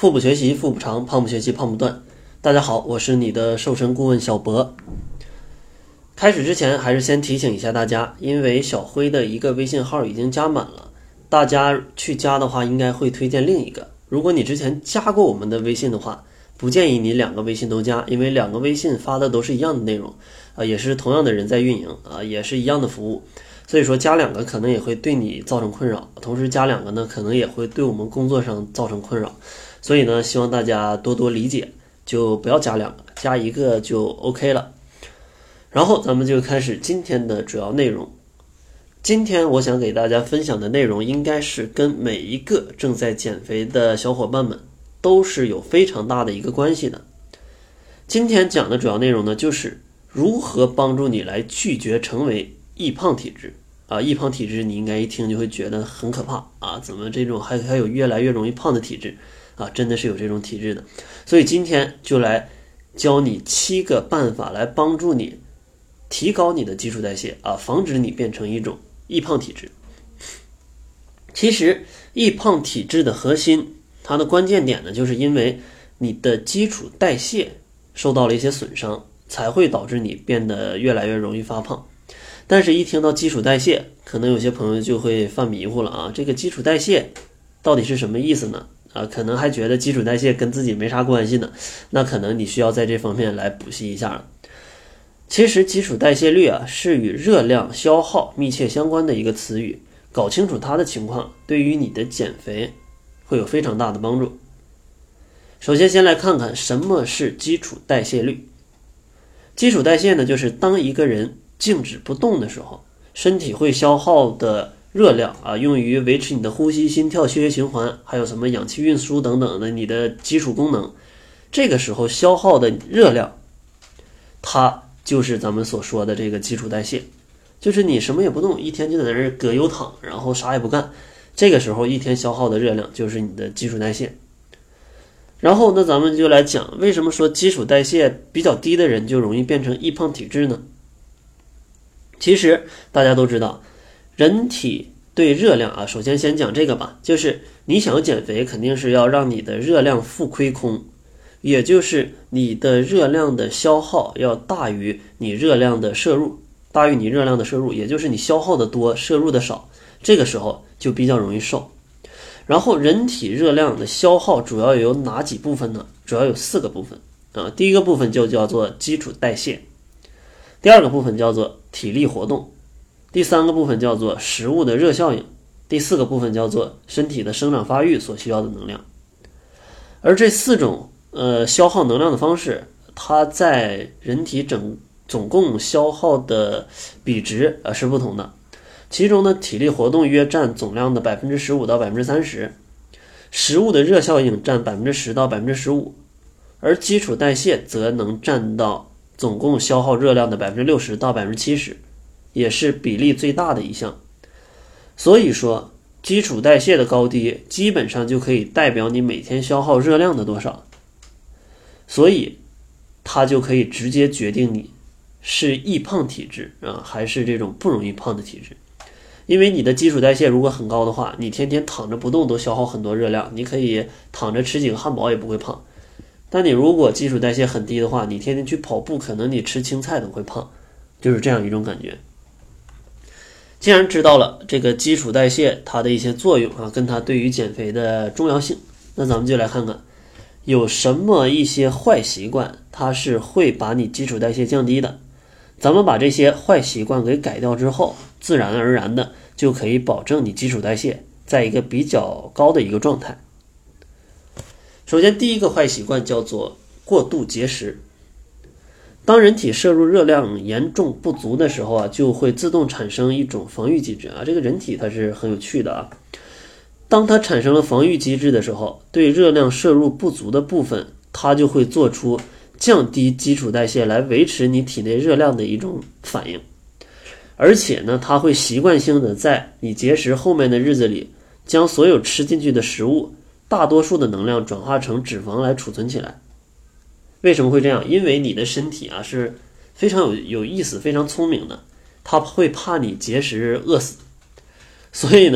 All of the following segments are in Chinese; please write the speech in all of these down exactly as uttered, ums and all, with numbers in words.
腹部学习腹部长，胖不学习胖不断。大家好，我是你的瘦身顾问小博。开始之前还是先提醒一下大家，因为小辉的一个微信号已经加满了，大家去加的话应该会推荐另一个。如果你之前加过我们的微信的话，不建议你两个微信都加，因为两个微信发的都是一样的内容，啊、呃，也是同样的人在运营，啊、呃，也是一样的服务，所以说加两个可能也会对你造成困扰，同时加两个呢，可能也会对我们工作上造成困扰，所以呢，希望大家多多理解，就不要加两个，加一个就 OK 了。然后咱们就开始今天的主要内容。今天我想给大家分享的内容，应该是跟每一个正在减肥的小伙伴们都是有非常大的一个关系的。今天讲的主要内容呢，就是如何帮助你来拒绝成为易胖体质啊。易胖体质你应该一听就会觉得很可怕啊，怎么这种还还有越来越容易胖的体质啊？真的是有这种体质的。所以今天就来教你七个办法来帮助你提高你的基础代谢啊，防止你变成一种易胖体质。其实易胖体质的核心，它的关键点呢，就是因为你的基础代谢受到了一些损伤，才会导致你变得越来越容易发胖。但是一听到基础代谢，可能有些朋友就会犯迷糊了啊，这个基础代谢到底是什么意思呢？啊，可能还觉得基础代谢跟自己没啥关系呢，那可能你需要在这方面来补习一下了。其实基础代谢率啊，是与热量消耗密切相关的一个词语，搞清楚它的情况，对于你的减肥会有非常大的帮助。首先先来看看什么是基础代谢率。基础代谢呢，就是当一个人静止不动的时候，身体会消耗的热量啊，用于维持你的呼吸、心跳、血液循环，还有什么氧气运输等等的你的基础功能。这个时候消耗的热量，它就是咱们所说的这个基础代谢，就是你什么也不动，一天就在那儿葛优躺，然后啥也不干，这个时候一天消耗的热量就是你的基础代谢。然后呢，咱们就来讲为什么说基础代谢比较低的人就容易变成易胖体质呢？其实大家都知道，人体对热量啊，首先先讲这个吧，就是你想要减肥，肯定是要让你的热量负亏空，也就是你的热量的消耗要大于你热量的摄入，大于你热量的摄入，也就是你消耗的多，摄入的少，这个时候就比较容易瘦。然后人体热量的消耗主要有哪几部分呢？主要有四个部分啊。第一个部分就叫做基础代谢，第二个部分叫做体力活动，第三个部分叫做食物的热效应，第四个部分叫做身体的生长发育所需要的能量。而这四种呃消耗能量的方式，它在人体整总共消耗的比值呃是不同的。其中呢，体力活动约占总量的 百分之十五到百分之三十， 食物的热效应占 百分之十到百分之十五， 而基础代谢则能占到总共消耗热量的 百分之六十到百分之七十， 也是比例最大的一项。所以说基础代谢的高低基本上就可以代表你每天消耗热量的多少，所以它就可以直接决定你是易胖体质啊，还是这种不容易胖的体质。因为你的基础代谢如果很高的话，你天天躺着不动都消耗很多热量，你可以躺着吃几个汉堡也不会胖。但你如果基础代谢很低的话，你天天去跑步，可能你吃青菜都会胖，就是这样一种感觉。既然知道了这个基础代谢它的一些作用啊，跟它对于减肥的重要性，那咱们就来看看有什么一些坏习惯它是会把你基础代谢降低的。咱们把这些坏习惯给改掉之后，自然而然的就可以保证你基础代谢在一个比较高的一个状态。首先第一个坏习惯叫做过度节食。当人体摄入热量严重不足的时候啊，就会自动产生一种防御机制啊。这个人体它是很有趣的啊。当它产生了防御机制的时候，对热量摄入不足的部分，它就会做出降低基础代谢来维持你体内热量的一种反应。而且呢，它会习惯性的在你节食后面的日子里，将所有吃进去的食物大多数的能量转化成脂肪来储存起来。为什么会这样？因为你的身体啊是非常有有意思、非常聪明的，它会怕你节食饿死，所以呢，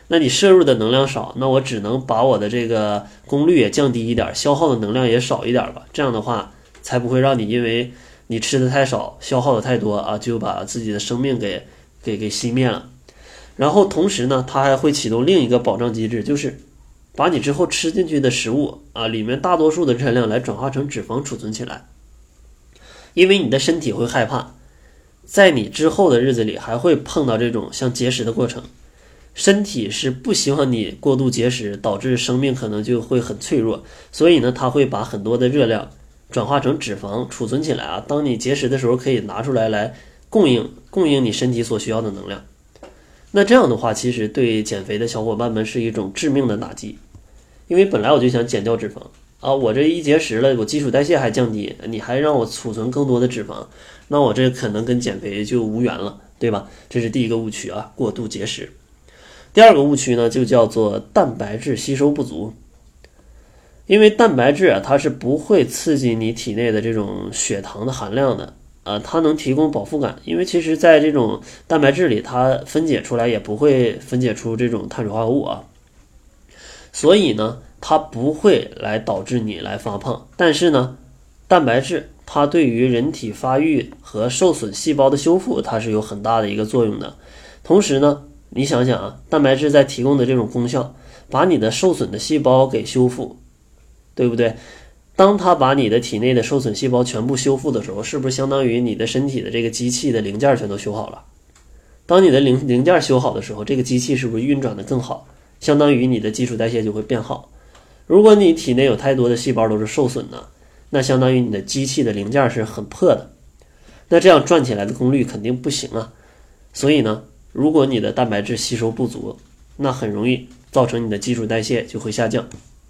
那你摄入的能量少，那我只能把我的这个功率也降低一点，消耗的能量也少一点吧，这样的话才不会让你因为你吃的太少，消耗的太多啊，就把自己的生命给给给熄灭了。然后同时呢，它还会启动另一个保障机制，就是把你之后吃进去的食物啊，里面大多数的热量来转化成脂肪储存起来。因为你的身体会害怕，在你之后的日子里还会碰到这种像节食的过程，身体是不希望你过度节食，导致生命可能就会很脆弱，所以呢，它会把很多的热量转化成脂肪储存起来啊，当你节食的时候可以拿出来来供应供应你身体所需要的能量。那这样的话，其实对减肥的小伙伴们是一种致命的打击，因为本来我就想减掉脂肪啊，我这一节食了，我基础代谢还降低，你还让我储存更多的脂肪，那我这可能跟减肥就无缘了，对吧？这是第一个误区啊，过度节食。第二个误区呢，就叫做蛋白质吸收不足。因为蛋白质啊，它是不会刺激你体内的这种血糖的含量的啊，它能提供饱腹感。因为其实在这种蛋白质里，它分解出来也不会分解出这种碳水化合物啊，所以呢，它不会来导致你来发胖。但是呢，蛋白质它对于人体发育和受损细胞的修复，它是有很大的一个作用的。同时呢，你想想啊，蛋白质在提供的这种功效，把你的受损的细胞给修复，对不对？当它把你的体内的受损细胞全部修复的时候，是不是相当于你的身体的这个机器的零件全都修好了？当你的零零件修好的时候，这个机器是不是运转的更好？相当于你的基础代谢就会变好。如果你体内有太多的细胞都是受损的，那相当于你的机器的零件是很破的，那这样转起来的功率肯定不行啊。所以呢，如果你的蛋白质吸收不足，那很容易造成你的基础代谢就会下降。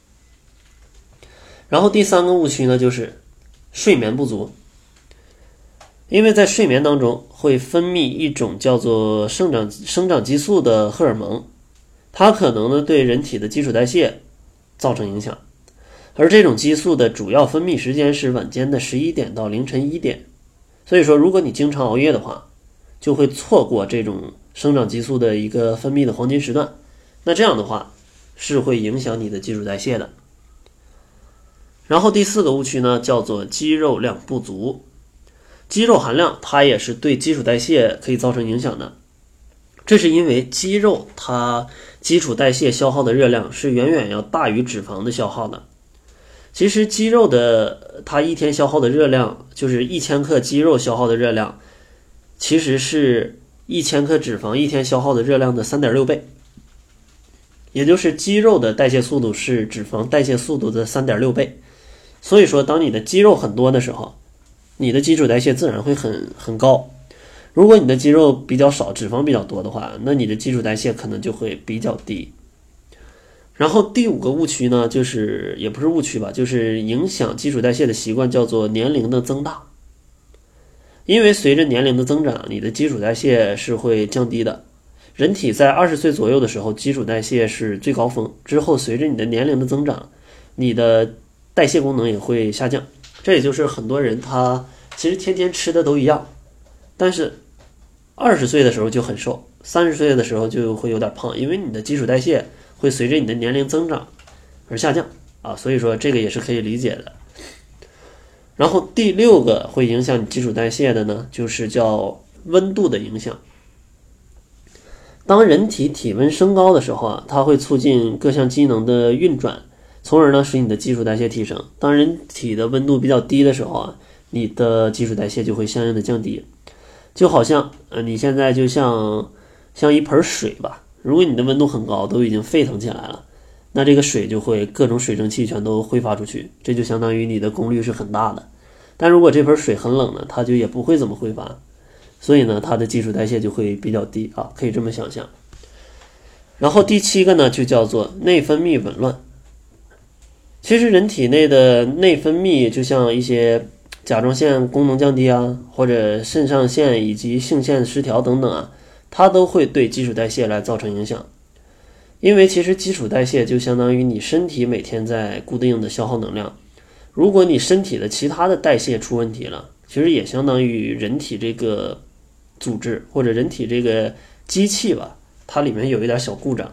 然后第三个误区呢，就是睡眠不足。因为在睡眠当中会分泌一种叫做生长生长激素的荷尔蒙，它可能呢对人体的基础代谢造成影响。而这种激素的主要分泌时间是晚间的十一点到凌晨一点，所以说如果你经常熬夜的话，就会错过这种生长激素的一个分泌的黄金时段，那这样的话是会影响你的基础代谢的。然后第四个误区呢，叫做肌肉量不足。肌肉含量它也是对基础代谢可以造成影响的，这是因为肌肉它基础代谢消耗的热量是远远要大于脂肪的消耗的。其实肌肉的它一天消耗的热量，就是一千克肌肉消耗的热量，其实是一千克脂肪一天消耗的热量的 三点六 倍，也就是肌肉的代谢速度是脂肪代谢速度的 三点六 倍。所以说当你的肌肉很多的时候，你的基础代谢自然会很很高。如果你的肌肉比较少，脂肪比较多的话，那你的基础代谢可能就会比较低。然后第五个误区呢，就是也不是误区吧，就是影响基础代谢的习惯，叫做年龄的增大。因为随着年龄的增长，你的基础代谢是会降低的。人体在二十岁左右的时候，基础代谢是最高峰，之后随着你的年龄的增长，你的代谢功能也会下降。这也就是很多人他其实天天吃的都一样，但是二十岁的时候就很瘦，三十岁的时候就会有点胖，因为你的基础代谢会随着你的年龄增长而下降啊，所以说这个也是可以理解的。然后第六个会影响你基础代谢的呢，就是叫温度的影响。当人体体温升高的时候啊，它会促进各项机能的运转，从而呢使你的基础代谢提升。当人体的温度比较低的时候啊，你的基础代谢就会相应的降低。就好像呃你现在就像像一盆水吧，如果你的温度很高，都已经沸腾起来了，那这个水就会各种水蒸气全都挥发出去，这就相当于你的功率是很大的。但如果这盆水很冷呢，它就也不会怎么挥发，所以呢它的基础代谢就会比较低啊，可以这么想象。然后第七个呢，就叫做内分泌紊乱。其实人体内的内分泌就像一些甲状腺功能降低啊，或者肾上腺以及性腺失调等等啊，它都会对基础代谢来造成影响。因为其实基础代谢就相当于你身体每天在固定的消耗能量，如果你身体的其他的代谢出问题了，其实也相当于人体这个组织或者人体这个机器吧，它里面有一点小故障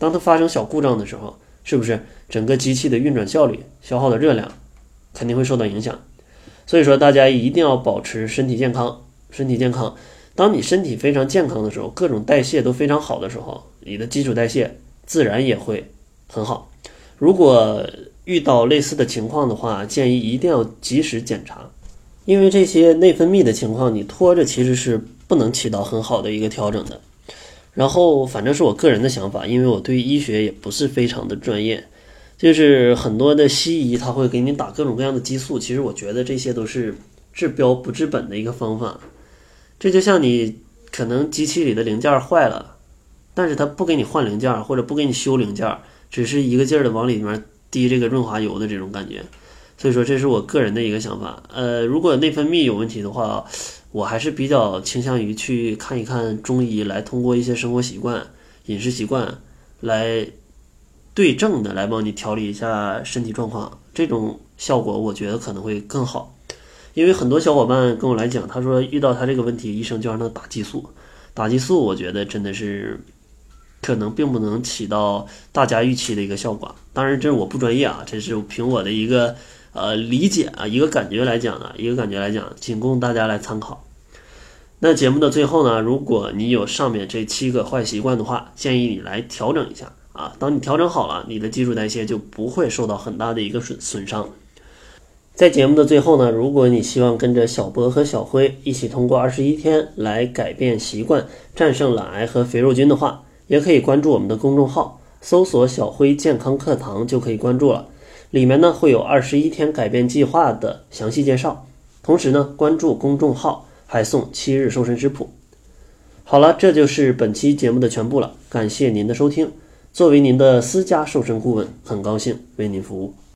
当它发生小故障的时候，是不是整个机器的运转效率、消耗的热量肯定会受到影响？所以说大家一定要保持身体健康。身体健康，当你身体非常健康的时候，各种代谢都非常好的时候，你的基础代谢自然也会很好。如果遇到类似的情况的话，建议一定要及时检查，因为这些内分泌的情况你拖着其实是不能起到很好的一个调整的。然后反正是我个人的想法，因为我对医学也不是非常的专业，就是很多的西医他会给你打各种各样的激素，其实我觉得这些都是治标不治本的一个方法。这就像你可能机器里的零件坏了，但是他不给你换零件或者不给你修零件，只是一个劲儿的往里面滴这个润滑油的这种感觉。所以说这是我个人的一个想法。呃，如果内分泌有问题的话，我还是比较倾向于去看一看中医，来通过一些生活习惯、饮食习惯来对症的来帮你调理一下身体状况，这种效果我觉得可能会更好。因为很多小伙伴跟我来讲，他说遇到他这个问题，医生就让他打激素。打激素我觉得真的是可能并不能起到大家预期的一个效果。当然这是我不专业啊，这是凭我的一个呃理解啊，一个感觉来讲的，一个感觉来讲，仅供大家来参考。那节目的最后呢，如果你有上面这七个坏习惯的话，建议你来调整一下啊。当你调整好了，你的基础代谢就不会受到很大的一个损损伤。在节目的最后呢，如果你希望跟着小博和小辉一起通过二十一天来改变习惯，战胜懒癌和肥肉菌的话，也可以关注我们的公众号，搜索小辉健康课堂就可以关注了。里面呢会有二十一天改变计划的详细介绍，同时呢关注公众号还送七日瘦身食谱。好了，这就是本期节目的全部了，感谢您的收听。作为您的私家瘦身顾问，很高兴为您服务。